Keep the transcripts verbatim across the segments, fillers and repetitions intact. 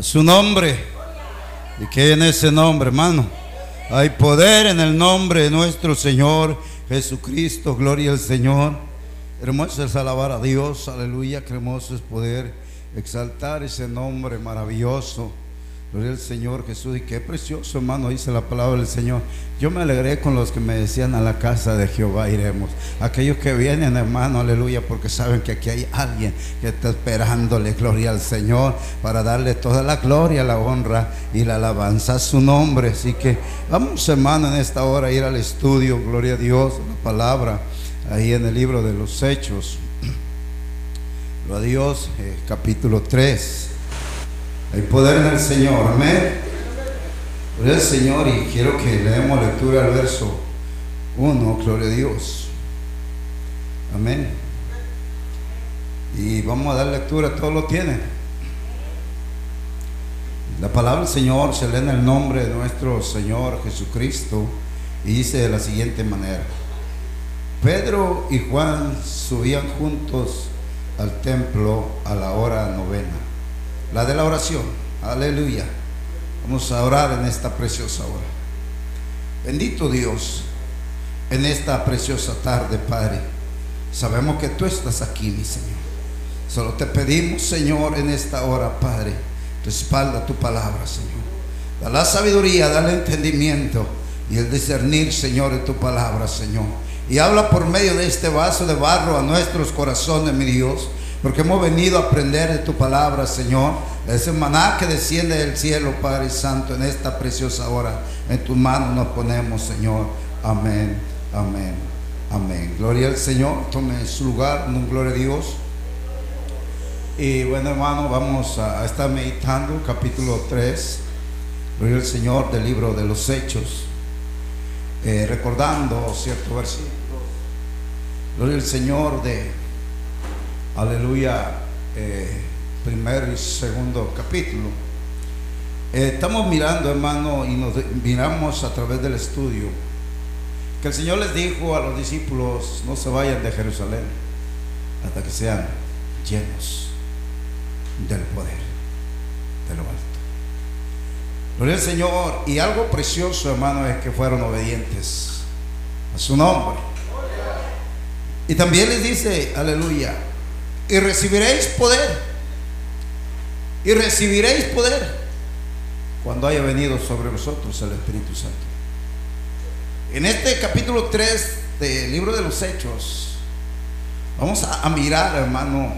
A su nombre. ¿Y qué en ese nombre, hermano? Hay poder en el nombre de nuestro Señor Jesucristo. Gloria al Señor. Hermoso es alabar a Dios. Aleluya. Qué hermoso es poder exaltar ese nombre maravilloso. Gloria al Señor Jesús. Y qué precioso, hermano, dice la palabra del Señor. Yo me alegré con los que me decían: a la casa de Jehová iremos. Aquellos que vienen, hermano, aleluya, porque saben que aquí hay alguien que está esperándole, gloria al Señor, para darle toda la gloria, la honra y la alabanza a su nombre. Así que vamos, hermano, en esta hora a ir al estudio, gloria a Dios, la palabra ahí en el libro de los Hechos. Gloria a Dios, eh, capítulo tres. Hay poder en el Señor, amén. Gloria al Señor. Y quiero que leemos lectura al verso uno, gloria a Dios, amén. Y vamos a dar lectura, todo lo tiene. La palabra del Señor se lee en el nombre de nuestro Señor Jesucristo y dice de la siguiente manera: Pedro y Juan subían juntos al templo a la hora novena, la de la oración. Aleluya. Vamos a orar en esta preciosa hora. Bendito Dios, en esta preciosa tarde, Padre, sabemos que tú estás aquí, mi Señor. Solo te pedimos, Señor, en esta hora, Padre, respalda tu palabra, Señor. Da la sabiduría, da el entendimiento y el discernir, Señor, de tu palabra, Señor. Y habla por medio de este vaso de barro a nuestros corazones, mi Dios, porque hemos venido a aprender de tu palabra, Señor. Ese maná que desciende del cielo, Padre Santo, en esta preciosa hora, en tus manos nos ponemos, Señor. Amén, amén, amén. Gloria al Señor. Tome su lugar, gloria a Dios. Y bueno, hermano, vamos a estar meditando capítulo tres, gloria al Señor, del libro de los Hechos, eh, recordando ciertos versículos, gloria al Señor, de aleluya, eh, primero y segundo capítulo. Eh, estamos mirando, hermano, y nos miramos a través del estudio que el Señor les dijo a los discípulos: no se vayan de Jerusalén hasta que sean llenos del poder de lo alto. Gloria al Señor. Y algo precioso, hermano, es que fueron obedientes a su nombre. Y también les dice, aleluya, y recibiréis poder, y recibiréis poder cuando haya venido sobre vosotros el Espíritu Santo. En este capítulo tres del libro de los Hechos vamos a, a mirar, hermano,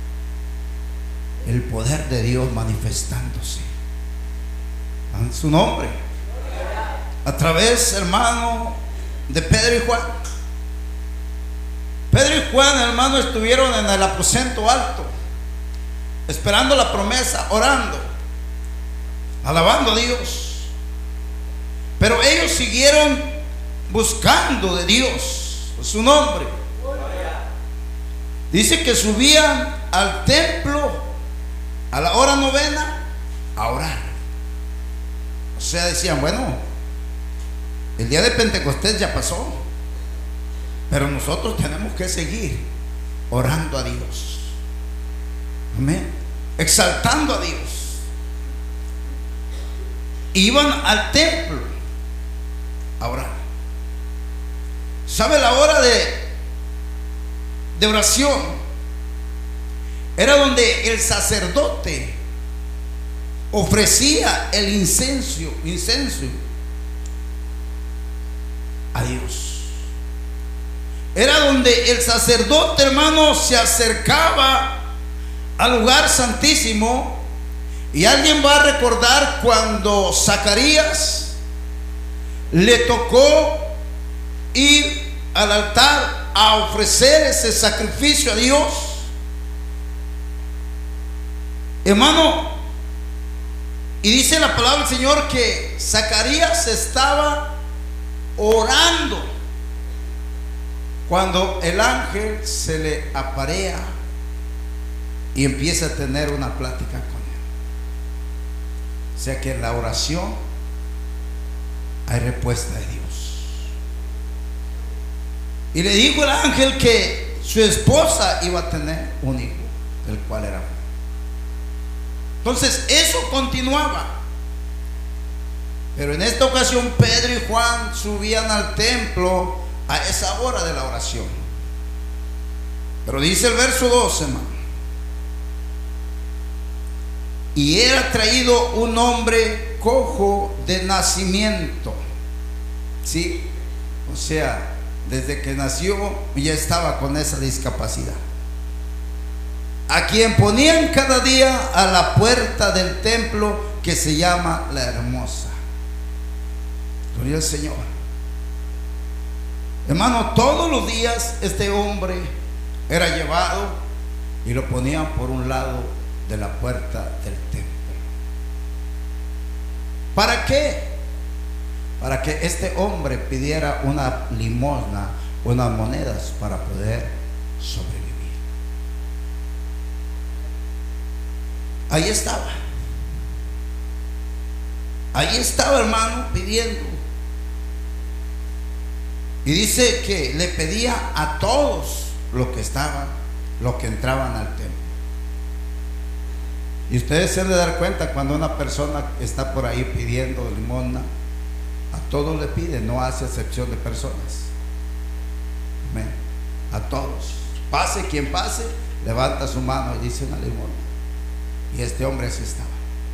el poder de Dios manifestándose en su nombre a través, hermano, de Pedro y Juan. Pedro y Juan, hermano, estuvieron en el aposento alto, esperando la promesa, orando, alabando a Dios. Pero ellos siguieron buscando de Dios su nombre. Dice que subían al templo a la hora novena a orar. O sea, decían: bueno, el día de Pentecostés ya pasó, pero nosotros tenemos que seguir orando a Dios. Amén. Exaltando a Dios. Iban al templo a orar. ¿Sabe la hora de, de oración? Era donde el sacerdote ofrecía el incienso, incienso a Dios. Era donde el sacerdote, hermano, se acercaba al lugar santísimo. Y alguien va a recordar cuando Zacarías le tocó ir al altar a ofrecer ese sacrificio a Dios. Hermano, y dice la palabra del Señor que Zacarías estaba orando cuando el ángel se le aparea y empieza a tener una plática con él. O sea que en la oración hay respuesta de Dios. Y le dijo el ángel que su esposa iba a tener un hijo, el cual era Entonces eso continuaba. Pero en esta ocasión Pedro y Juan subían al templo a esa hora de la oración. Pero dice el verso doce, hermano: y era traído un hombre cojo de nacimiento. ¿Sí? O sea, desde que nació ya estaba con esa discapacidad, a quien ponían cada día a la puerta del templo que se llama La Hermosa. Gloria al Señor. Hermano, todos los días este hombre era llevado y lo ponían por un lado de la puerta del templo. ¿Para qué? Para que este hombre pidiera una limosna, unas monedas para poder sobrevivir. Ahí estaba. Ahí estaba, hermano, pidiendo. Y dice que le pedía a todos los que estaban, los que entraban al templo. Y ustedes se han de dar cuenta cuando una persona está por ahí pidiendo limosna, a todos le pide, no hace excepción de personas. Amén. A todos, pase quien pase, levanta su mano y dice una limosna. Y este hombre así estaba.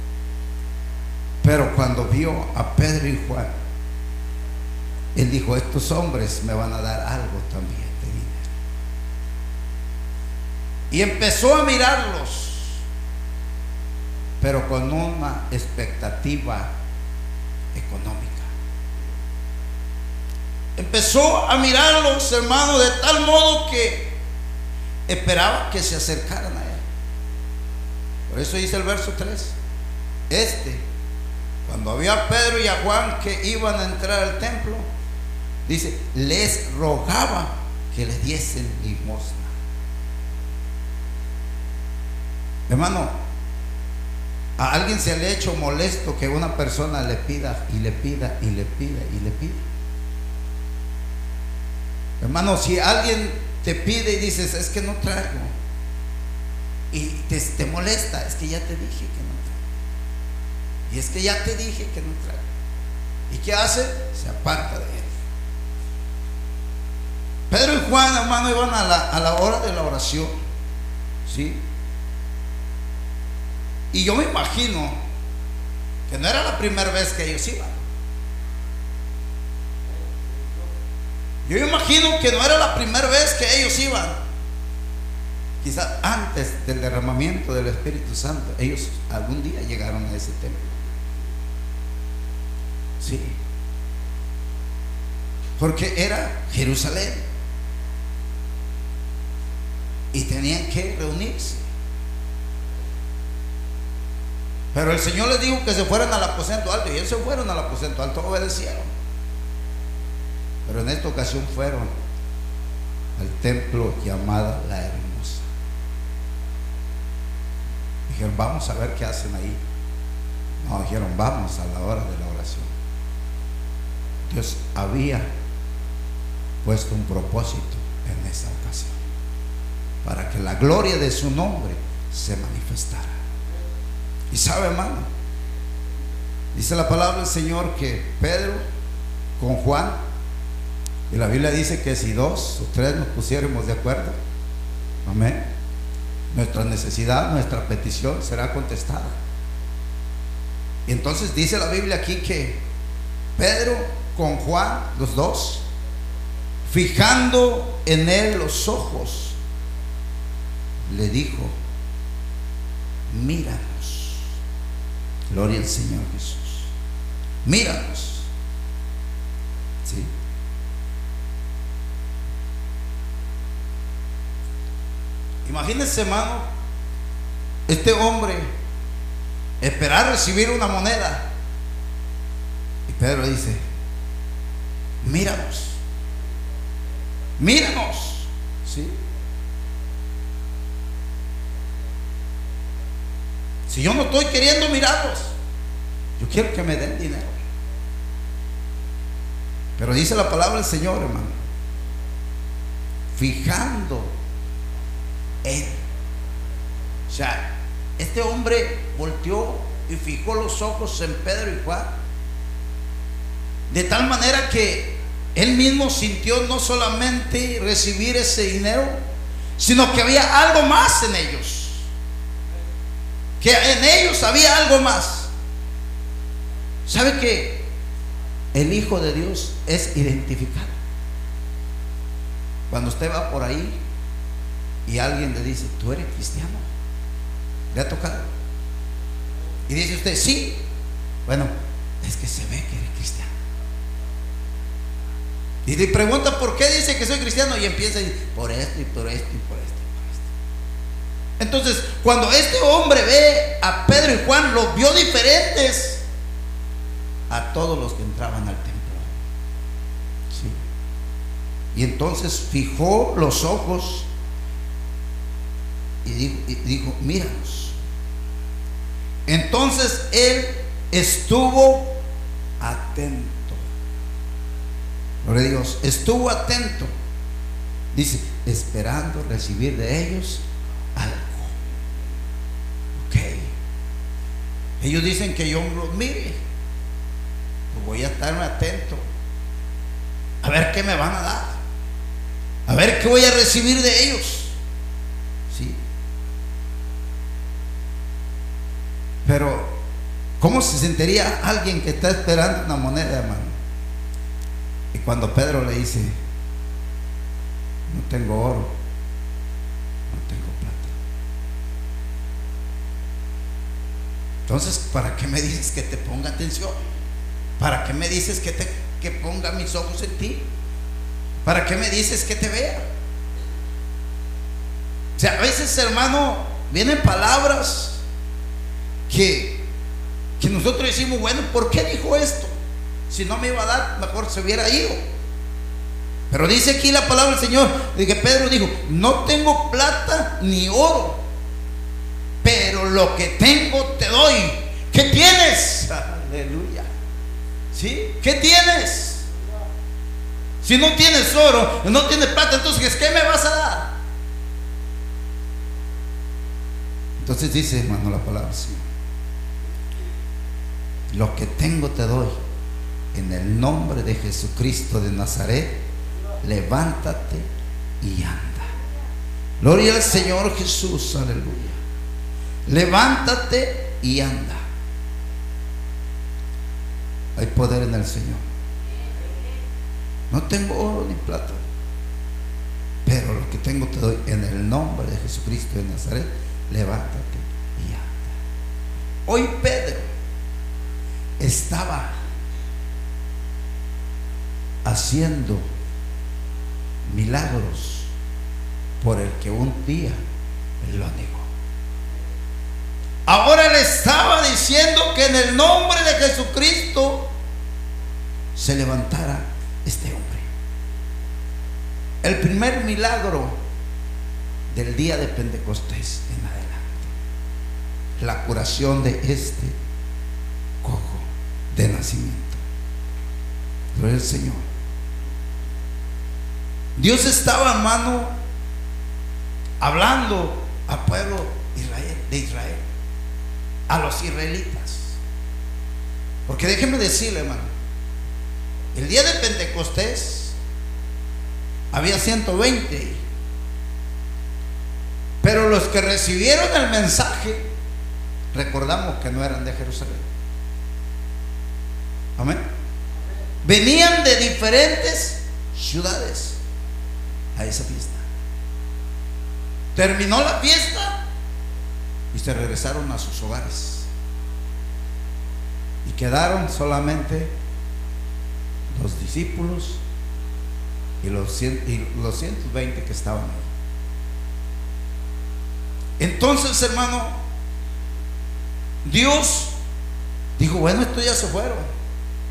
Pero cuando vio a Pedro y Juan, él dijo: estos hombres me van a dar algo también de dinero. Y empezó a mirarlos, pero con una expectativa económica. Empezó a mirarlos, hermano, de tal modo que esperaba que se acercaran a él. Por eso dice el verso tres: este, cuando vio a Pedro y a Juan que iban a entrar al templo, dice, les rogaba que les diesen limosna. Hermano, a alguien se le ha hecho molesto que una persona le pida y le pida y le pida y le pida. Hermano, si alguien te pide y dices, es que no traigo, y te, te molesta, es que ya te dije que no traigo, y es que ya te dije que no traigo, ¿y qué hace? Se aparta de él. Pedro y Juan, hermano, iban a la, a la hora de la oración, ¿sí? Y yo me imagino que no era la primera vez que ellos iban. Yo me imagino que no era la primera vez que ellos iban. Quizás antes del derramamiento del Espíritu Santo, ellos algún día llegaron a ese templo. Sí. Porque era Jerusalén. Y tenían que reunirse. Pero el Señor les dijo que se fueran al aposento alto, y ellos se fueron al aposento alto, obedecieron. Pero en esta ocasión fueron al templo llamado La Hermosa. Dijeron, vamos a ver qué hacen ahí. No, dijeron, vamos a la hora de la oración. Dios había puesto un propósito en esa ocasión, para que la gloria de su nombre se manifestara. Y sabe, hermano, dice la palabra del Señor que Pedro con Juan, y la Biblia dice que si dos o tres nos pusiéramos de acuerdo, amén, nuestra necesidad, nuestra petición será contestada. Y entonces dice la Biblia aquí que Pedro con Juan, los dos, fijando en él los ojos, le dijo, míranos. Gloria al Señor Jesús. Míranos. ¿Sí? Imagínense, hermano, este hombre esperar recibir una moneda, y Pedro dice, míranos, míranos. ¿Sí? Si yo no estoy queriendo mirarlos, yo quiero que me den dinero. Pero dice la palabra del Señor, hermano, fijando en, o sea, este hombre volteó y fijó los ojos en Pedro y Juan, de tal manera que él mismo sintió no solamente recibir ese dinero, sino que había algo más en ellos, que en ellos había algo más. ¿Sabe que el Hijo de Dios es identificado? Cuando usted va por ahí y alguien le dice: tú eres cristiano, ¿le ha tocado? Y dice usted: sí. Bueno, es que se ve que eres cristiano. Y le pregunta: ¿por qué dice que soy cristiano? Y empieza a decir: por esto y por esto y por esto y por esto. Entonces, cuando este hombre ve a Pedro y Juan, los vio diferentes a todos los que entraban al templo. Sí. Y entonces fijó los ojos y dijo, y dijo: míranos. Entonces él estuvo atento. Gloria a Dios, estuvo atento. Dice: esperando recibir de ellos algo. Ok. Ellos dicen que yo los mire. Pues voy a estar atento. A ver qué me van a dar. A ver qué voy a recibir de ellos. Sí. Pero ¿cómo se sentiría alguien que está esperando una moneda, hermano? Y cuando Pedro le dice: no tengo oro, no tengo plata. Entonces, ¿para qué me dices que te ponga atención? ¿Para qué me dices que, te, que ponga mis ojos en ti? ¿Para qué me dices que te vea? O sea, a veces, hermano, vienen palabras que, que nosotros decimos: bueno, ¿por qué dijo esto? Si no me iba a dar, mejor se hubiera ido. Pero dice aquí la palabra del Señor, de que Pedro dijo: no tengo plata ni oro, pero lo que tengo te doy. ¿Qué tienes? Aleluya. ¿Sí? ¿Qué tienes? Si no tienes oro, no tienes plata, entonces ¿qué me vas a dar? Entonces dice, hermano, la palabra Señor: lo que tengo te doy. En el nombre de Jesucristo de Nazaret, levántate y anda. Gloria al Señor Jesús, aleluya. Levántate y anda. Hay poder en el Señor. No tengo oro ni plata, pero lo que tengo te doy. En el nombre de Jesucristo de Nazaret, levántate y anda. Hoy Pedro estaba haciendo milagros por el que un día lo negó. Ahora le estaba diciendo que en el nombre de Jesucristo se levantara este hombre. El primer milagro del día de Pentecostés en adelante, la curación de este cojo de nacimiento. Gloria al Señor. Dios estaba, hermano, hablando al pueblo Israel, de Israel, a los israelitas. Porque déjeme decirle, hermano, el día de Pentecostés había ciento veinte, pero los que recibieron el mensaje, recordamos que no eran de Jerusalén. Amén. Venían de diferentes ciudades a esa fiesta. Terminó la fiesta y se regresaron a sus hogares, y quedaron solamente los discípulos y los, cien, y los ciento veinte que estaban ahí. Entonces, hermano, Dios dijo: bueno, estos ya se fueron.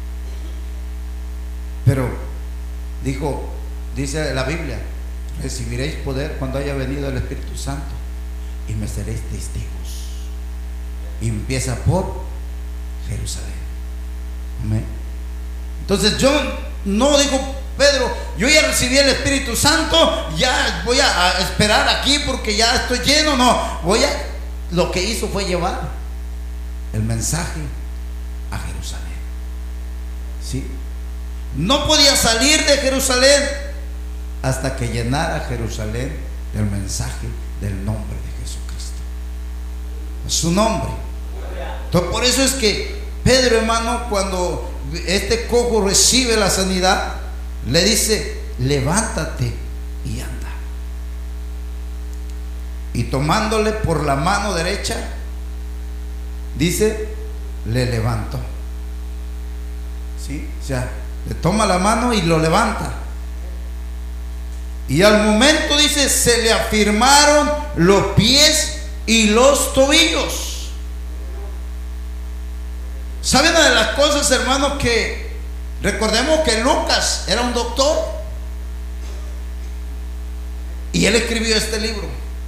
Pero dijo, dice la Biblia: recibiréis poder cuando haya venido el Espíritu Santo y me seréis testigos. Y empieza por Jerusalén. Amén. Entonces yo no digo: Pedro, yo ya recibí el Espíritu Santo, ya voy a esperar aquí porque ya estoy lleno. No, voy a lo que hizo fue llevar el mensaje a Jerusalén. ¿Sí? No podía salir de Jerusalén hasta que llenara Jerusalén del mensaje del nombre de Jesucristo, su nombre. Entonces, por eso es que Pedro, hermano, cuando este cojo recibe la sanidad, le dice: levántate y anda. Y tomándole por la mano derecha, dice, le levantó. ¿Sí? O sea, le toma la mano y lo levanta. Y al momento, dice, se le afirmaron los pies y los tobillos. ¿Saben una de las cosas, hermanos? Que recordemos que Lucas era un doctor y él escribió este libro.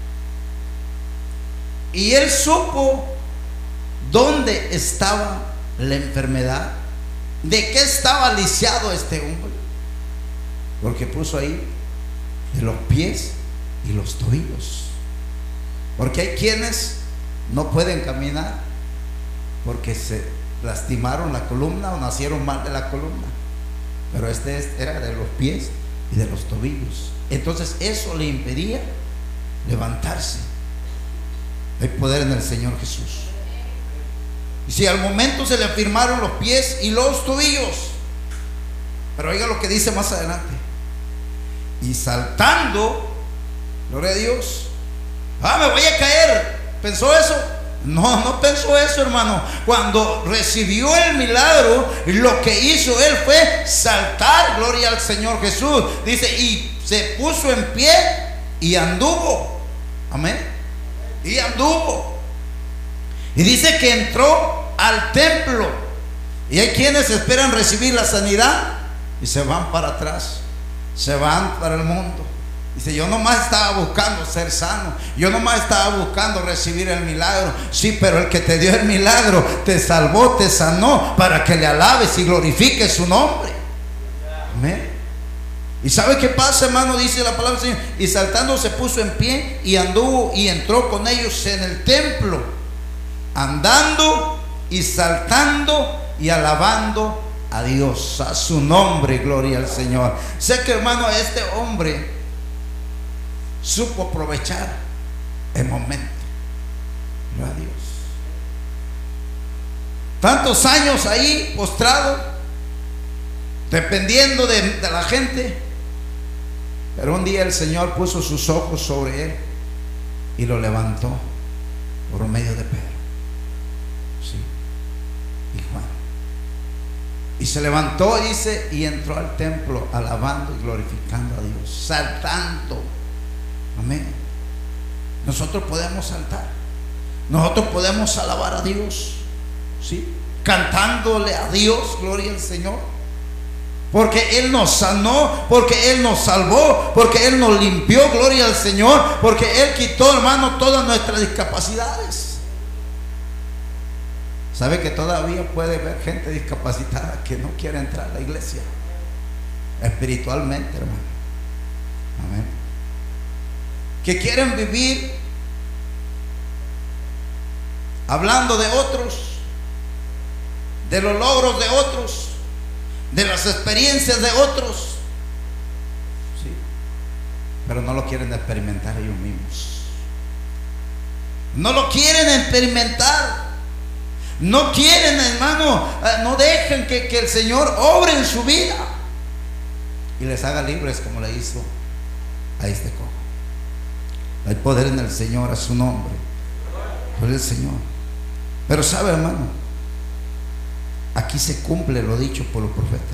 Y él supo dónde estaba la enfermedad, de qué estaba lisiado este hombre, porque puso ahí de los pies y los tobillos. Porque hay quienes no pueden caminar porque se lastimaron la columna o nacieron mal de la columna, pero este era de los pies y de los tobillos. Entonces eso le impedía levantarse. Hay poder en el Señor Jesús. Y si al momento se le afirmaron los pies y los tobillos, pero oiga lo que dice más adelante: y saltando, gloria a Dios, ah, me voy a caer. ¿Pensó eso? No, no pensó eso, hermano. Cuando recibió el milagro, lo que hizo él fue saltar, gloria al Señor Jesús. Dice, y se puso en pie y anduvo. Amén. Y anduvo. Y dice que entró al templo. Y hay quienes esperan recibir la sanidad y se van para atrás, se van para el mundo. Dice, yo nomás estaba buscando ser sano, yo nomás estaba buscando recibir el milagro. Sí, pero el que te dio el milagro te salvó, te sanó, para que le alabes y glorifiques su nombre. Amén. ¿Y sabe qué pasa, hermano? Dice la palabra del Señor: y saltando se puso en pie y anduvo y entró con ellos en el templo, andando y saltando y alabando a Dios, a su nombre, gloria al Señor. Sé que, hermano, este hombre supo aprovechar el momento. Gloria a Dios. Tantos años ahí postrado, dependiendo de, de la gente. Pero un día el Señor puso sus ojos sobre él y lo levantó por medio de Pedro, ¿sí? Y Juan. Y se levantó, dice, y entró al templo alabando y glorificando a Dios, saltando. Amén. Nosotros podemos saltar, nosotros podemos alabar a Dios, ¿sí? Cantándole a Dios, gloria al Señor. Porque Él nos sanó, porque Él nos salvó, porque Él nos limpió, gloria al Señor, porque Él quitó, hermano, todas nuestras discapacidades. ¿Sabe que todavía puede haber gente discapacitada que no quiere entrar a la iglesia? Espiritualmente, hermano. Amén. Que quieren vivir hablando de otros, de los logros de otros, de las experiencias de otros, sí, pero no lo quieren experimentar ellos mismos. No lo quieren experimentar. No quieren, hermano, no dejan que, que el Señor obre en su vida y les haga libres, como le hizo a este cojo. Hay poder en el Señor, a su nombre, por el Señor. Pero sabe, hermano, aquí se cumple lo dicho por los profetas.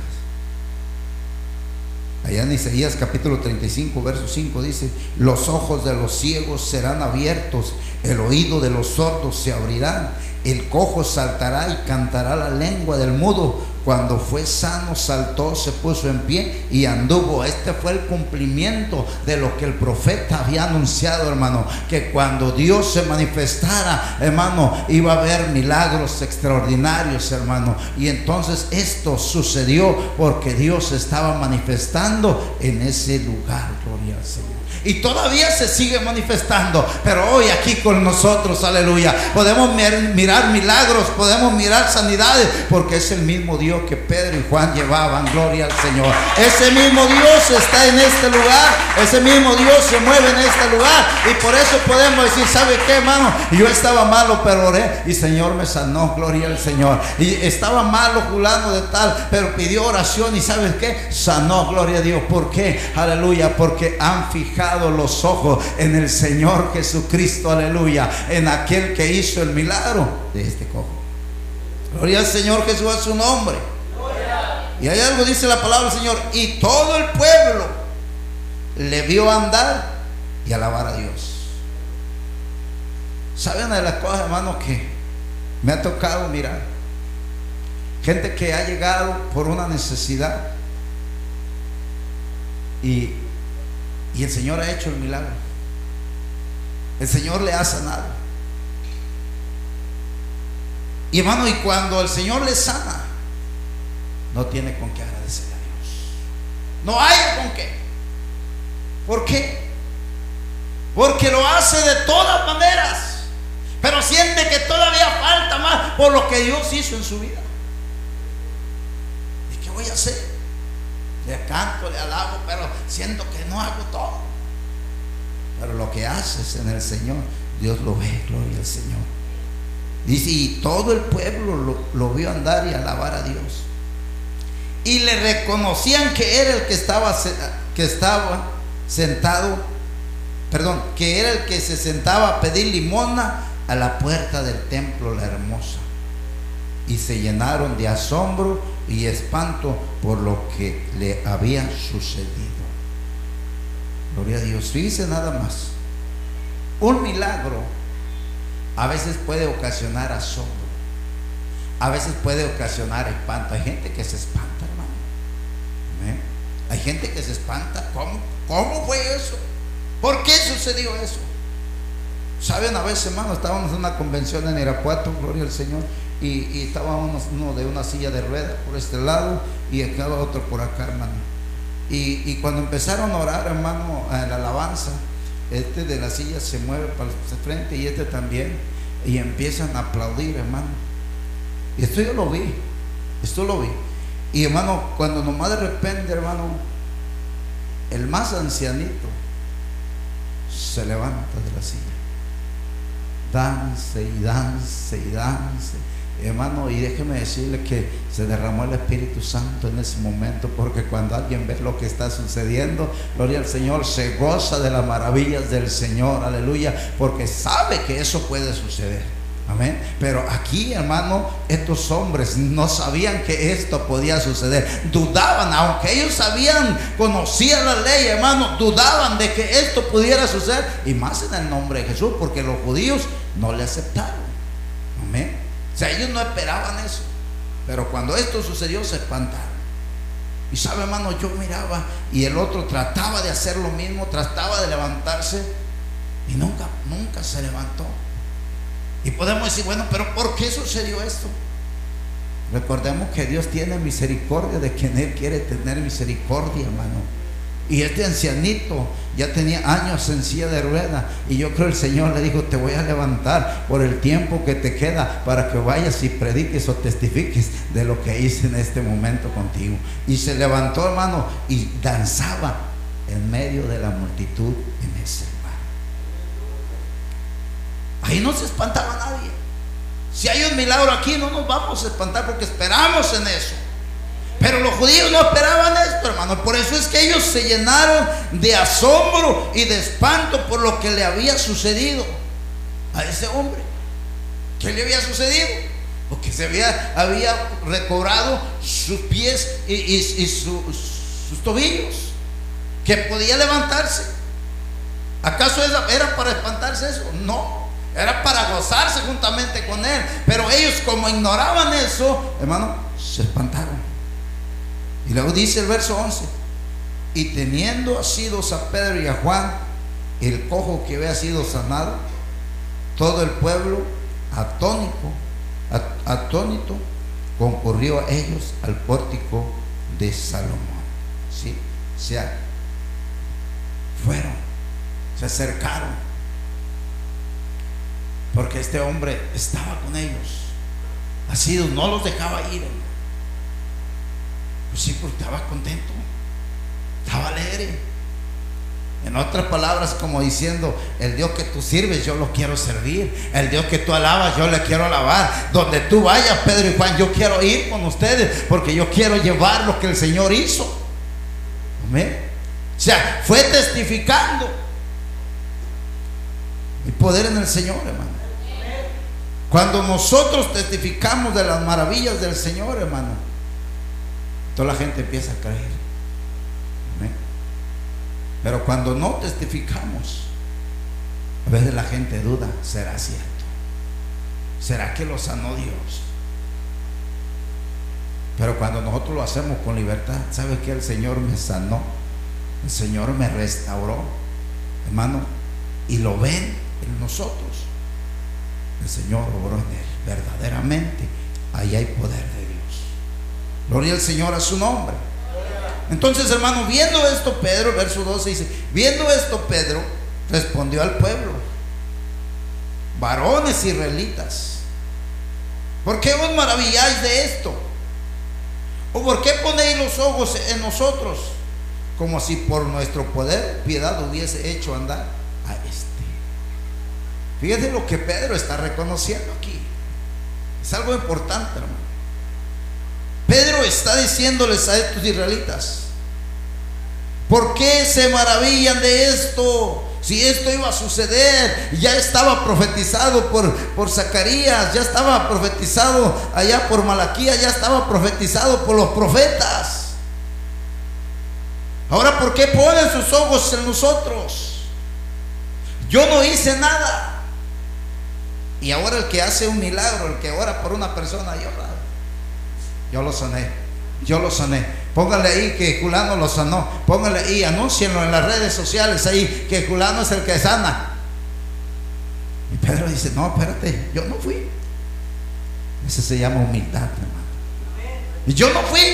Allá en Isaías capítulo treinta y cinco, verso cinco dice: los ojos de los ciegos serán abiertos, el oído de los sordos se abrirán, el cojo saltará y cantará la lengua del mudo. Cuando fue sano, saltó, se puso en pie y anduvo. Este fue el cumplimiento de lo que el profeta había anunciado, hermano, que cuando Dios se manifestara, hermano, iba a haber milagros extraordinarios, hermano. Y entonces esto sucedió porque Dios estaba manifestando en ese lugar, gloria al Señor. y todavía se sigue manifestando. Pero hoy aquí con nosotros, aleluya, podemos mirar milagros, podemos mirar sanidades, porque es el mismo Dios que Pedro y Juan llevaban. Gloria al Señor. Ese mismo Dios está en este lugar, ese mismo Dios se mueve en este lugar, y por eso podemos decir, ¿sabe qué, hermano? Yo estaba malo, pero oré y Señor me sanó. Gloria al Señor. Y estaba malo fulano de tal, pero pidió oración y ¿sabes qué? Sanó. Gloria a Dios. ¿Por qué? Aleluya, porque han fijado los ojos en el Señor Jesucristo, aleluya, en aquel que hizo el milagro de este cojo. Gloria al Señor Jesús a su nombre. Gloria. Y hay algo, dice la palabra del Señor, y todo el pueblo le vio andar y alabar a Dios. ¿Saben una de las cosas, hermanos, que me ha tocado mirar? Gente que ha llegado por una necesidad y, y el Señor ha hecho el milagro. El Señor le ha sanado. Y hermano, y cuando el Señor le sana, no tiene con qué agradecerle a Dios. No hay con qué. ¿Por qué? Porque lo hace de todas maneras, pero siente que todavía falta más por lo que Dios hizo en su vida. ¿Y qué voy a hacer? Le canto, le alabo, pero siento que no hago todo. Pero lo que haces en el Señor, Dios lo ve. Gloria al Señor. Dice, y todo el pueblo lo, lo vio andar y alabar a Dios, y le reconocían que era el que estaba, que estaba sentado, perdón, que era el que se sentaba a pedir limosna a la puerta del templo, la hermosa. Y se llenaron de asombro y espanto por lo que le había sucedido. Gloria a Dios. Fíjese nada más, un milagro a veces puede ocasionar asombro, a veces puede ocasionar espanto. Hay gente que se espanta, hermano. ¿Eh? Hay gente que se espanta. ¿Cómo? ¿Cómo fue eso? ¿Por qué sucedió eso? Saben, a veces, hermano, estábamos en una convención en Irapuato, gloria al Señor, y, y estábamos uno de una silla de ruedas por este lado y estaba otro por acá, hermano. Y, y cuando empezaron a orar, hermano, en la alabanza, este de la silla se mueve para el frente y este también, y empiezan a aplaudir, hermano. Y esto yo lo vi, esto lo vi. Y hermano, cuando nomás de repente, hermano, el más ancianito se levanta de la silla, dance y dance y dance, hermano, y déjeme decirle que se derramó el Espíritu Santo en ese momento, porque cuando alguien ve lo que está sucediendo, gloria al Señor, se goza de las maravillas del Señor, aleluya, porque sabe que eso puede suceder. Amén. Pero aquí, hermano, estos hombres no sabían que esto podía suceder. Dudaban, aunque ellos sabían, conocían la ley, hermano, dudaban de que esto pudiera suceder, y más en el nombre de Jesús, porque los judíos no le aceptaron. Amén. O sea, ellos no esperaban eso, pero cuando esto sucedió se espantaron. Y sabe, hermano, yo miraba y el otro trataba de hacer lo mismo, trataba de levantarse y nunca, nunca se levantó. Y podemos decir, bueno, pero ¿por qué sucedió esto? Recordemos que Dios tiene misericordia de quien Él quiere tener misericordia, hermano. Y este ancianito ya tenía años en silla de ruedas, y yo creo el Señor le dijo, te voy a levantar por el tiempo que te queda, para que vayas y prediques o testifiques de lo que hice en este momento contigo. Y se levantó, hermano, y danzaba en medio de la multitud en ese lugar. Ahí no se espantaba nadie. Si hay un milagro aquí, no nos vamos a espantar, porque esperamos en eso. Pero los judíos no esperaban esto, hermano. Por eso es que ellos se llenaron de asombro y de espanto por lo que le había sucedido a ese hombre. ¿Qué le había sucedido? Porque se había, había recobrado sus pies y, y, y su, sus tobillos, que podía levantarse. ¿Acaso era para espantarse eso? No, era para gozarse juntamente con él. Pero ellos, como ignoraban eso, hermano, se espantaron. Y luego dice el verso once, y teniendo asidos a Pedro y a Juan, el cojo que había sido sanado, todo el pueblo atónito, atónito concurrió a ellos al pórtico de Salomón. ¿Sí? O sea, fueron Se acercaron, porque este hombre estaba con ellos. Así no los dejaba ir, hermano. Pues sí, porque estaba contento, estaba alegre. En otras palabras, como diciendo: el Dios que tú sirves, yo lo quiero servir. El Dios que tú alabas, yo le quiero alabar. Donde tú vayas, Pedro y Juan, yo quiero ir con ustedes, porque yo quiero llevar lo que el Señor hizo. Amén. O sea, fue testificando el poder en el Señor, hermano. Cuando nosotros testificamos de las maravillas del Señor, hermano, toda la gente empieza a creer. Amén. Pero cuando no testificamos, a veces la gente duda: ¿será cierto? ¿Será que lo sanó Dios? Pero cuando nosotros lo hacemos con libertad, ¿sabe qué? El Señor me sanó, el Señor me restauró, hermano, y lo ven en nosotros. El Señor obró en él. Verdaderamente, ahí hay poder de Dios. Gloria al Señor, a su nombre. Entonces, hermano, viendo esto, Pedro, verso doce dice: viendo esto, Pedro respondió al pueblo: varones israelitas, ¿por qué os maravilláis de esto? ¿O por qué ponéis los ojos en nosotros, como si por nuestro poder piedad hubiese hecho andar a este? Fíjense lo que Pedro está reconociendo aquí. Es algo importante, hermano. Pedro está diciéndoles a estos israelitas: ¿por qué se maravillan de esto? Si esto iba a suceder, ya estaba profetizado por, por Zacarías, ya estaba profetizado allá por Malaquías, ya estaba profetizado por los profetas. Ahora, ¿por qué ponen sus ojos en nosotros? Yo no hice nada. Y ahora el que hace un milagro, el que ora por una persona, yo, yo lo sané, yo lo sané. Póngale ahí que fulano lo sanó. Póngale ahí, anúncienlo en las redes sociales ahí, que fulano es el que sana. Y Pedro dice: no, espérate, yo no fui. Eso se llama humildad, hermano. Y yo no fui.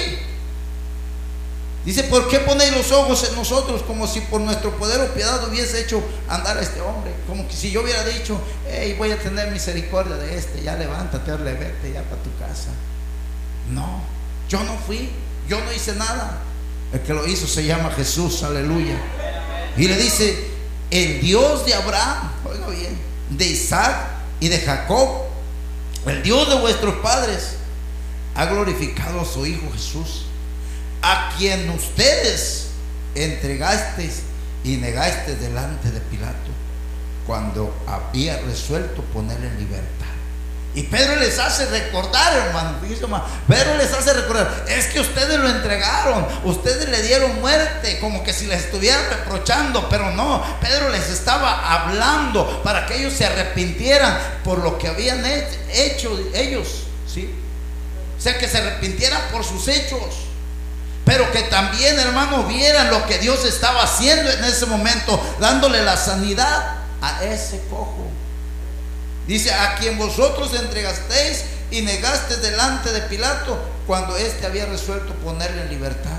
Dice: ¿por qué ponéis los ojos en nosotros, como si por nuestro poder o piedad hubiese hecho andar a este hombre? Como que si yo hubiera dicho: hey, voy a tener misericordia de este, ya levántate, orle, vete ya para tu casa. No, yo no fui, yo no hice nada. El que lo hizo se llama Jesús, aleluya. Y le dice: el Dios de Abraham, oiga bien, de Isaac y de Jacob, el Dios de vuestros padres, ha glorificado a su Hijo Jesús, a quien ustedes entregasteis y negasteis delante de Pilato, cuando había resuelto ponerle en libertad. Y Pedro les hace recordar, hermano, fíjense, hermano, Pedro les hace recordar: es que ustedes lo entregaron, ustedes le dieron muerte, como que si les estuvieran reprochando, pero no, Pedro les estaba hablando para que ellos se arrepintieran por lo que habían hecho ellos, ¿sí? O sea, que se arrepintieran por sus hechos, pero que también, hermanos, vieran lo que Dios estaba haciendo en ese momento, dándole la sanidad a ese cojo. Dice: a quien vosotros entregasteis y negasteis delante de Pilato, cuando éste había resuelto ponerle en libertad.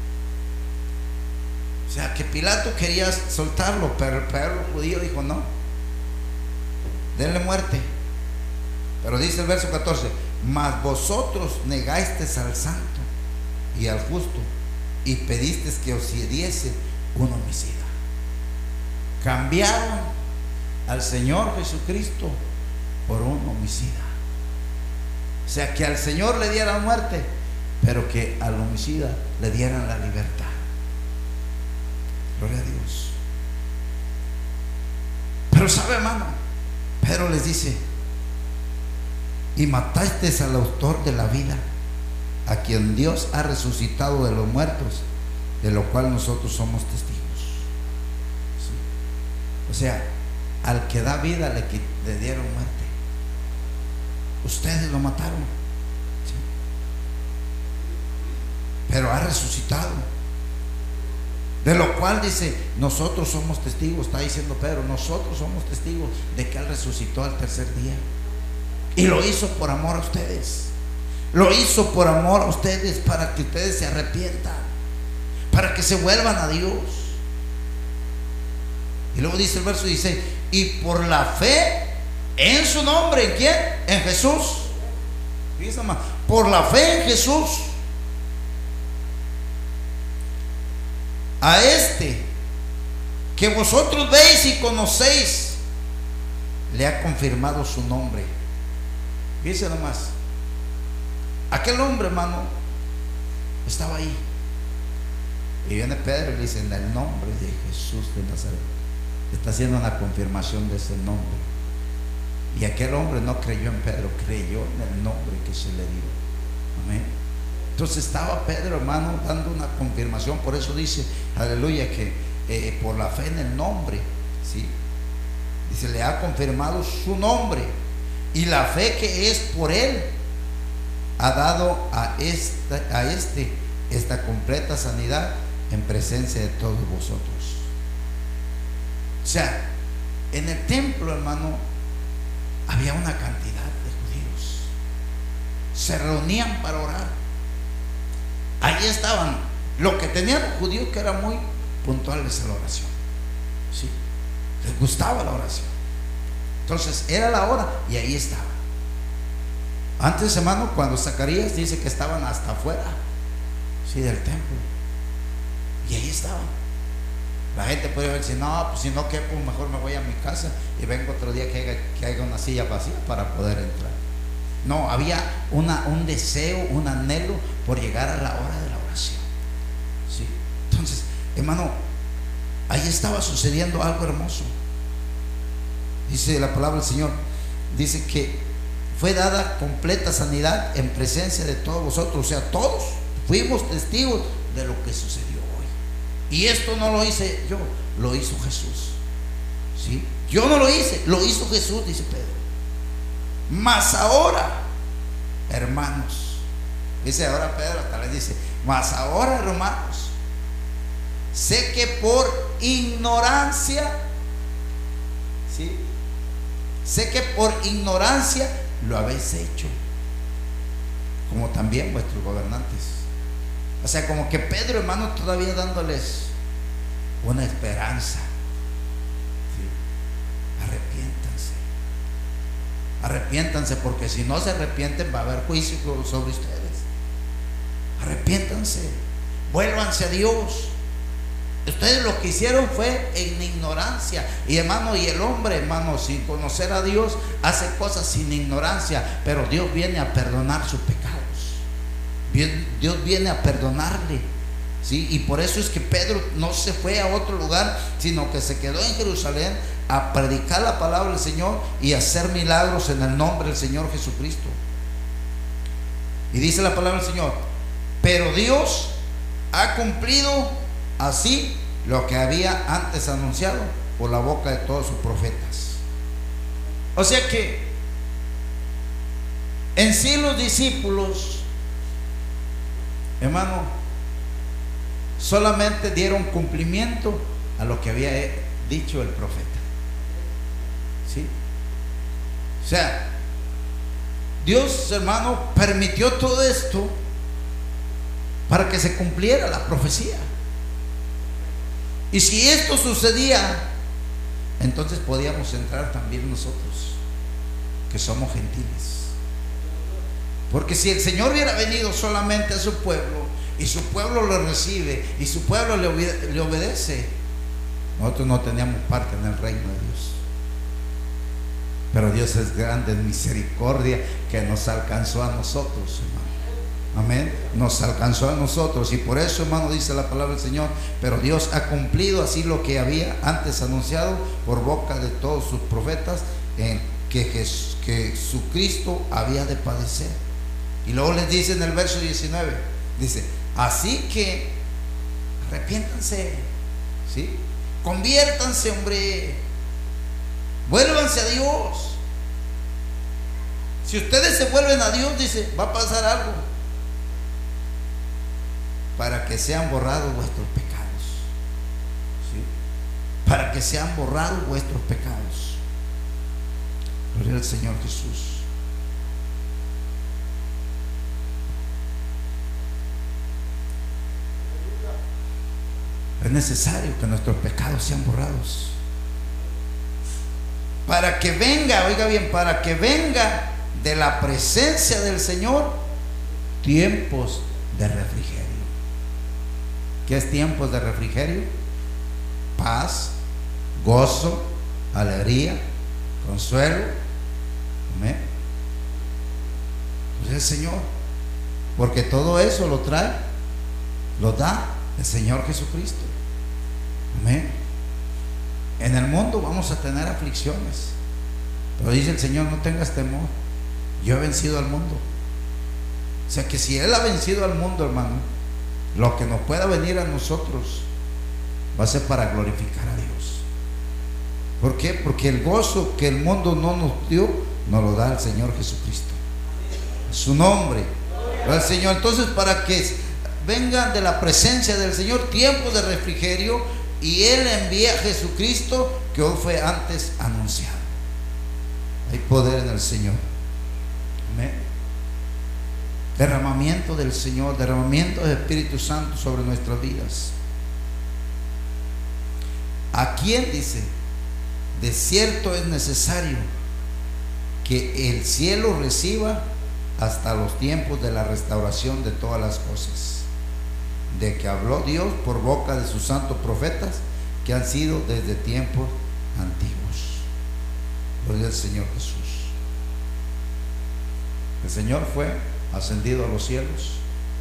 O sea, que Pilato quería soltarlo, pero el pueblo judío dijo: no, denle muerte. Pero dice el verso catorce: mas vosotros negasteis al santo y al justo, y pedisteis que os diese un homicida. Cambiaron al Señor Jesucristo por un homicida. O sea, que al Señor le dieran muerte, pero que al homicida le dieran la libertad. Gloria a Dios. Pero sabe, hermano, Pedro les dice: y matasteis al autor de la vida, a quien Dios ha resucitado de los muertos, de lo cual nosotros somos testigos. ¿Sí? O sea, al que da vida le, le dieron muerte. Ustedes lo mataron, ¿sí? Pero ha resucitado, de lo cual dice: nosotros somos testigos. Está diciendo Pedro: nosotros somos testigos de que Él resucitó al tercer día, y lo hizo por amor a ustedes. Lo hizo por amor a ustedes, para que ustedes se arrepientan, para que se vuelvan a Dios. Y luego dice el verso dieciséis, y por la fe en su nombre, ¿en quién? En Jesús. Fíjense más, por la fe en Jesús, a este que vosotros veis y conocéis, le ha confirmado su nombre. Fíjense nomás, aquel hombre, hermano, estaba ahí. Y viene Pedro y le dice, en el nombre de Jesús de Nazaret. Está haciendo una confirmación de ese nombre. Y aquel hombre no creyó en Pedro, creyó en el nombre que se le dio. Amén. Entonces estaba Pedro, hermano, dando una confirmación. Por eso dice, aleluya, que eh, por la fe en el nombre, ¿sí? Dice, le ha confirmado su nombre. Y la fe que es por él ha dado a, esta, a este esta completa sanidad en presencia de todos vosotros. O sea, en el templo, hermano, había una cantidad de judíos. Se reunían para orar. Allí estaban. Lo que tenían los judíos, que eran muy puntuales a la oración, ¿sí? Les gustaba la oración. Entonces era la hora y ahí estaban. Antes, hermano, cuando Zacarías dice que estaban hasta afuera, sí, del templo, y ahí estaban. La gente puede decir, no, pues si no quepo, mejor me voy a mi casa y vengo otro día que haya, que haya una silla vacía para poder entrar. No, había una, un deseo, un anhelo por llegar a la hora de la oración, ¿sí? Entonces, hermano, ahí estaba sucediendo algo hermoso. Dice la palabra del Señor, dice que fue dada completa sanidad en presencia de todos vosotros. O sea, todos fuimos testigos de lo que sucedió hoy. Y esto no lo hice yo, lo hizo Jesús, ¿sí? Yo no lo hice, lo hizo Jesús, dice Pedro. Mas ahora, hermanos, dice ahora Pedro, hasta les dice, mas ahora, hermanos, sé que por ignorancia, ¿sí? Sé que por ignorancia lo habéis hecho, como también vuestros gobernantes. O sea, como que Pedro, hermano, todavía dándoles una esperanza, ¿sí? Arrepiéntanse, arrepiéntanse, porque si no se arrepienten va a haber juicio sobre ustedes. Arrepiéntanse, vuélvanse a Dios. Ustedes lo que hicieron fue en ignorancia. Y hermano, y el hombre, hermano, sin conocer a Dios, hace cosas sin ignorancia. Pero Dios viene a perdonar sus pecados. Dios viene a perdonarle, ¿sí? Y por eso es que Pedro no se fue a otro lugar, sino que se quedó en Jerusalén a predicar la palabra del Señor y a hacer milagros en el nombre del Señor Jesucristo. Y dice la palabra del Señor, pero Dios ha cumplido así lo que había antes anunciado por la boca de todos sus profetas. O sea que en sí los discípulos, hermano, solamente dieron cumplimiento a lo que había dicho el profeta, ¿sí? O sea, Dios, hermano, permitió todo esto para que se cumpliera la profecía. Y si esto sucedía, entonces podíamos entrar también nosotros, que somos gentiles. Porque si el Señor hubiera venido solamente a su pueblo, y su pueblo lo recibe, y su pueblo le, obede le obedece, nosotros no teníamos parte en el reino de Dios. Pero Dios es grande en misericordia, que nos alcanzó a nosotros, hermano. Amén. Nos alcanzó a nosotros. Y por eso, hermano, dice la palabra del Señor, pero Dios ha cumplido así lo que había antes anunciado por boca de todos sus profetas, en que, Jes que Jesucristo había de padecer. Y luego les dice en el verso diecinueve, dice, así que arrepiéntanse, ¿sí? Conviértanse, hombre, vuélvanse a Dios. Si ustedes se vuelven a Dios, dice, va a pasar algo, para que sean borrados vuestros pecados, ¿sí? Para que sean borrados vuestros pecados. Gloria al Señor Jesús. Es necesario que nuestros pecados sean borrados. para que venga, oiga bien, para que venga de la presencia del Señor tiempos de refrigerio. ¿Qué es tiempos de refrigerio? Paz, gozo, alegría, consuelo. Amén. Pues el Señor, porque todo eso lo trae, lo da el Señor Jesucristo. Amén. En el mundo vamos a tener aflicciones, pero dice el Señor: no tengas temor, yo he vencido al mundo. O sea que si Él ha vencido al mundo, hermano, lo que nos pueda venir a nosotros va a ser para glorificar a Dios. ¿Por qué? Porque el gozo que el mundo no nos dio, nos lo da el Señor Jesucristo. Su nombre, el Señor. Entonces, para que vengan de la presencia del Señor tiempos de refrigerio, y Él envía a Jesucristo, que hoy fue antes anunciado. Hay poder en el Señor. Amén. Derramamiento del Señor, derramamiento del Espíritu Santo sobre nuestras vidas. ¿A quién dice? De cierto es necesario que el cielo reciba hasta los tiempos de la restauración de todas las cosas, de que habló Dios por boca de sus santos profetas, que han sido desde tiempos antiguos. Gloria al Señor Jesús. El Señor fue ascendido a los cielos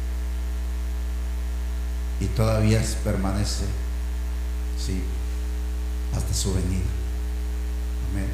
y todavía permanece, sí, hasta su venida. Amén.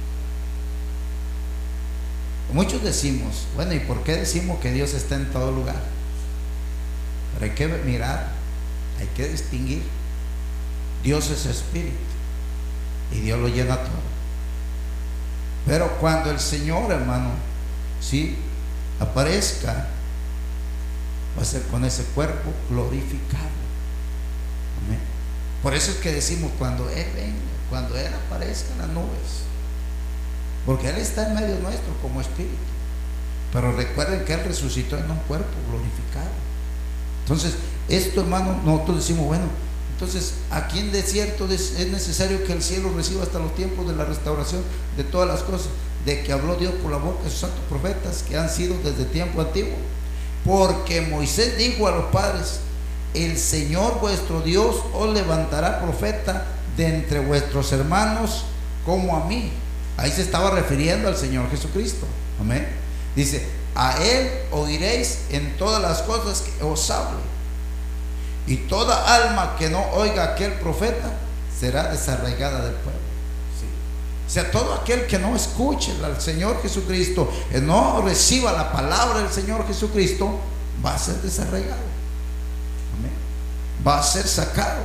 Muchos decimos, bueno, ¿y por qué decimos que Dios está en todo lugar? Pero hay que mirar, hay que distinguir. Dios es espíritu y Dios lo llena todo. Pero cuando el Señor, hermano, sí, aparezca, va a ser con ese cuerpo glorificado. Amén. Por eso es que decimos: cuando Él venga, cuando Él aparezca en las nubes, porque Él está en medio nuestro como espíritu. Pero recuerden que Él resucitó en un cuerpo glorificado. Entonces, esto, hermano, nosotros decimos: bueno, entonces aquí en desierto es necesario que el cielo reciba hasta los tiempos de la restauración de todas las cosas, de que habló Dios por la boca de sus santos profetas, que han sido desde tiempo antiguo. Porque Moisés dijo a los padres: el Señor vuestro Dios os levantará profeta de entre vuestros hermanos como a mí. Ahí se estaba refiriendo al Señor Jesucristo. Amén. Dice: a Él oiréis en todas las cosas que os hable, y toda alma que no oiga a aquel profeta será desarraigada del pueblo. Sí. O sea, todo aquel que no escuche al Señor Jesucristo, que no reciba la palabra del Señor Jesucristo, va a ser desarraigado. Amén. Va a ser sacado.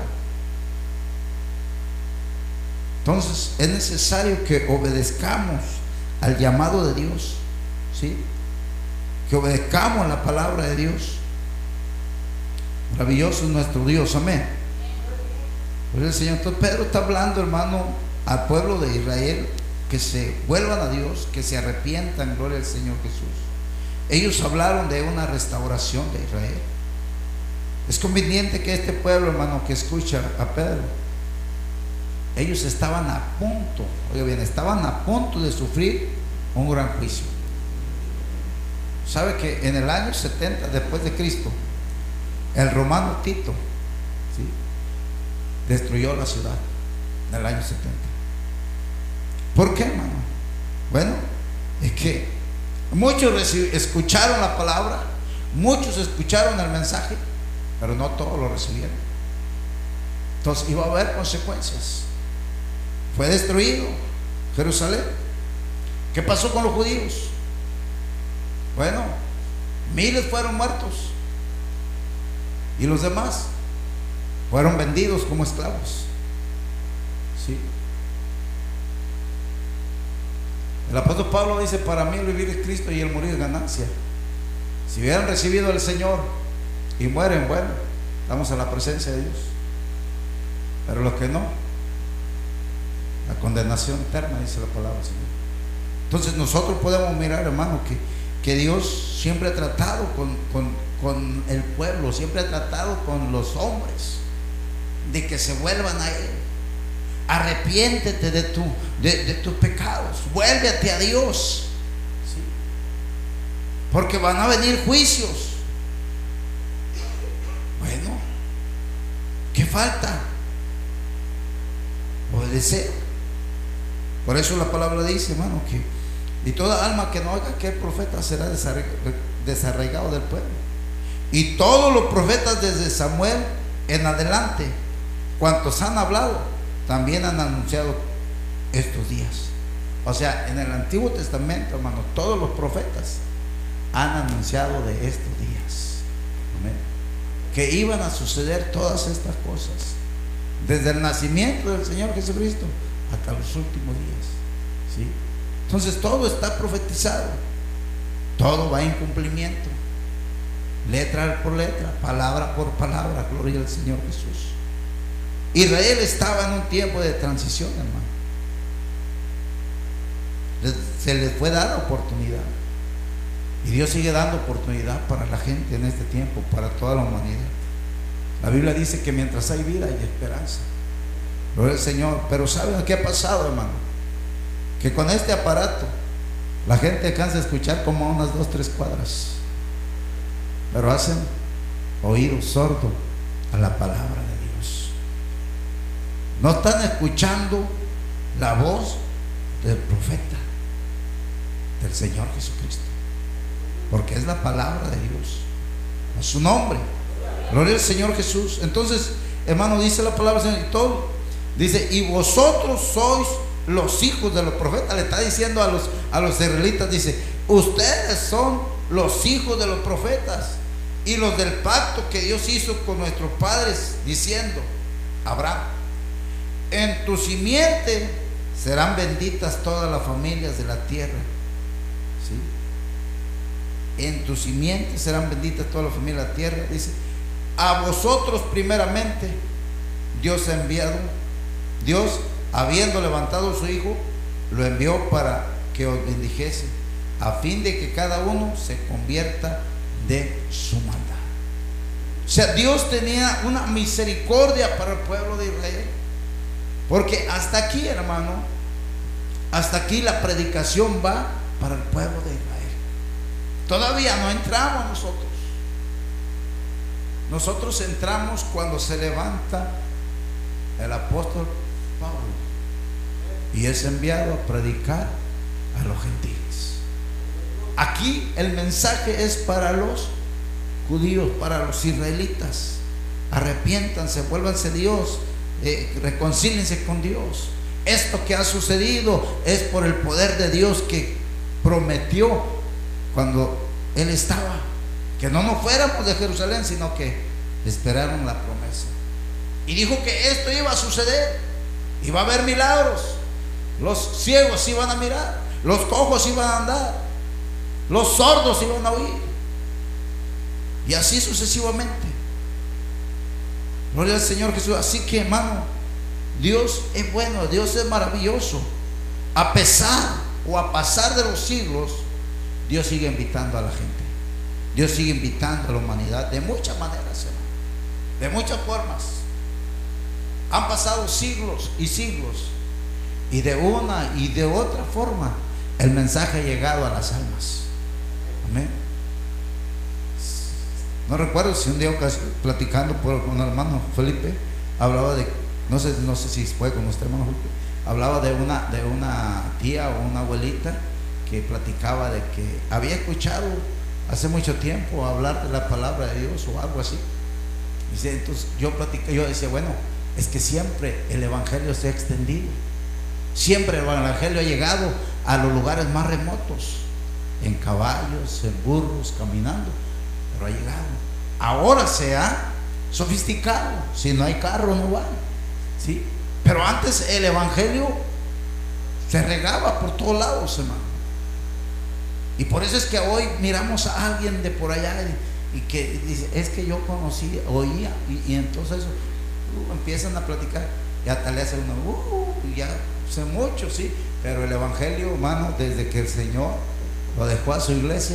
Entonces es necesario que obedezcamos al llamado de Dios, ¿sí? Que obedezcamos la palabra de Dios. Maravilloso es nuestro Dios, amén. Pues el Señor, entonces Pedro está hablando, hermano, al pueblo de Israel, que se vuelvan a Dios, que se arrepientan, gloria al Señor Jesús. Ellos hablaron de una restauración de Israel. Es conveniente que este pueblo, hermano, que escucha a Pedro, ellos estaban a punto, oiga bien, estaban a punto de sufrir un gran juicio. ¿Sabe que en el año setenta después de Cristo, el romano Tito, ¿sí?, destruyó la ciudad en el año setenta? ¿Por qué, hermano? Bueno, es que muchos escucharon la palabra, muchos escucharon el mensaje, pero no todos lo recibieron. Entonces iba a haber consecuencias. Fue destruido Jerusalén. ¿Qué pasó con los judíos? Bueno, miles fueron muertos y los demás fueron vendidos como esclavos. ¿Sí? El apóstol Pablo dice: para mí el vivir es Cristo y el morir es ganancia. Si hubieran recibido al Señor y mueren, bueno, estamos en la presencia de Dios. Pero los que no, la condenación eterna, dice la palabra del Señor. Entonces nosotros podemos mirar, hermano, que, que Dios siempre ha tratado con, con, con el pueblo, siempre ha tratado con los hombres, de que se vuelvan a Él. arrepiéntete de, tu, de, de tus pecados, vuélvete a Dios, ¿sí? Porque van a venir juicios. Bueno, ¿qué falta? Obedecer. Por eso la palabra dice, hermano, que y toda alma que no oiga que el profeta será desarraigado del pueblo. Y todos los profetas desde Samuel en adelante, cuantos han hablado, también han anunciado estos días. O sea, en el Antiguo Testamento, hermano, todos los profetas han anunciado de estos días. Amén. Que iban a suceder todas estas cosas, desde el nacimiento del Señor Jesucristo hasta los últimos días, ¿sí? Entonces todo está profetizado, todo va en cumplimiento, letra por letra, palabra por palabra. Gloria al Señor Jesús. Israel estaba en un tiempo de transición, hermano. Se les fue dada oportunidad, y Dios sigue dando oportunidad para la gente en este tiempo, para toda la humanidad. La Biblia dice que mientras hay vida hay esperanza. Gloria al Señor. Pero ¿saben qué ha pasado, hermano? Que con este aparato la gente alcanza a escuchar como a unas dos, tres cuadras, pero hacen oído sordo a la palabra de Dios. No están escuchando la voz del profeta, del Señor Jesucristo, porque es la palabra de Dios, a su nombre. Gloria al Señor Jesús. Entonces, hermano, dice la palabra del Señor, y todo dice, y vosotros sois los hijos de los profetas. Le está diciendo a los, a los israelitas, dice, ustedes son los hijos de los profetas y los del pacto que Dios hizo con nuestros padres, diciendo, Abraham, en tu simiente serán benditas todas las familias de la tierra, ¿sí? En tu simiente serán benditas todas las familias de la tierra. Dice, a vosotros primeramente Dios ha enviado, Dios, habiendo levantado a su hijo, lo envió para que os bendijese, a fin de que cada uno se convierta de su maldad. O sea, Dios tenía una misericordia para el pueblo de Israel, porque hasta aquí, hermano, hasta aquí la predicación va para el pueblo de Israel. Todavía no entramos nosotros. Nosotros entramos cuando se levanta el apóstol Pablo y es enviado a predicar a los gentiles. Aquí el mensaje es para los judíos, para los israelitas. Arrepiéntanse, vuélvanse a Dios, eh, reconcíliense con Dios. Esto que ha sucedido es por el poder de Dios que prometió cuando Él estaba, que no nos fuéramos de Jerusalén, sino que esperaron la promesa. Y dijo que esto iba a suceder, iba a haber milagros. Los ciegos iban a mirar, los cojos iban a andar, los sordos iban a oír, y así sucesivamente. Gloria al Señor Jesús. Así que, hermano, Dios es bueno, Dios es maravilloso. A pesar o a pasar de los siglos, Dios sigue invitando a la gente. Dios sigue invitando a la humanidad de muchas maneras, hermano, de muchas formas. Han pasado siglos y siglos, y de una y de otra forma el mensaje ha llegado a las almas. Amén. No recuerdo si un día platicando por, con el hermano Felipe, hablaba de, no sé, no sé si fue con usted, hermano Felipe, hablaba de una, de una tía o una abuelita que platicaba de que había escuchado hace mucho tiempo hablar de la palabra de Dios o algo así. Dice, entonces yo platicé, yo decía, bueno, es que siempre el evangelio se ha extendido, siempre el evangelio ha llegado a los lugares más remotos, en caballos, en burros, caminando, pero ha llegado. Ahora se ha sofisticado, si no hay carro no van, ¿sí? Pero antes el evangelio se regaba por todos lados, hermano. Y por eso es que hoy miramos a alguien de por allá y, y que dice, es que yo conocí, oía, y, y entonces uh, empiezan a platicar, y hasta le hacen uno, uh, ya sé mucho, sí, pero el evangelio, hermano, desde que el Señor lo dejó a su iglesia,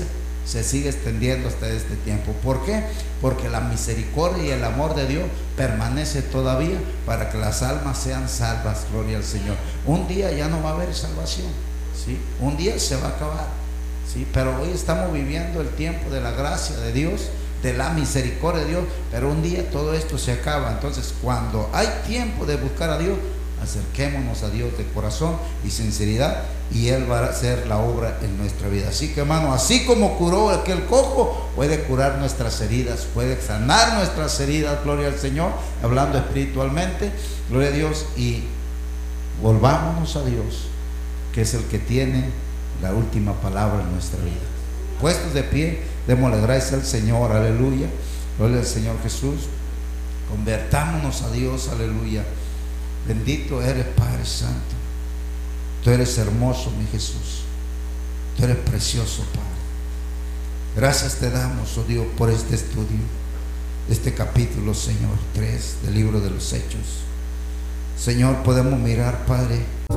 se sigue extendiendo hasta este tiempo. ¿Por qué? Porque la misericordia y el amor de Dios permanece todavía para que las almas sean salvas. Gloria al Señor. Un día ya no va a haber salvación, ¿sí? Un día se va a acabar, ¿sí? Pero hoy estamos viviendo el tiempo de la gracia de Dios, de la misericordia de Dios, pero un día todo esto se acaba. Entonces, cuando hay tiempo de buscar a Dios, acerquémonos a Dios de corazón y sinceridad, y Él va a hacer la obra en nuestra vida. Así que, hermano, así como curó aquel cojo, puede curar nuestras heridas, puede sanar nuestras heridas. Gloria al Señor, hablando espiritualmente. Gloria a Dios. Y volvámonos a Dios, que es el que tiene la última palabra en nuestra vida. Puestos de pie, démosle gracias al Señor. Aleluya. Gloria al Señor Jesús. Convertámonos a Dios. Aleluya. Bendito eres, Padre Santo. Tú eres hermoso, mi Jesús. Tú eres precioso, Padre. Gracias te damos, oh Dios, por este estudio, este capítulo, Señor, tres del libro de los Hechos. Señor, podemos mirar, Padre,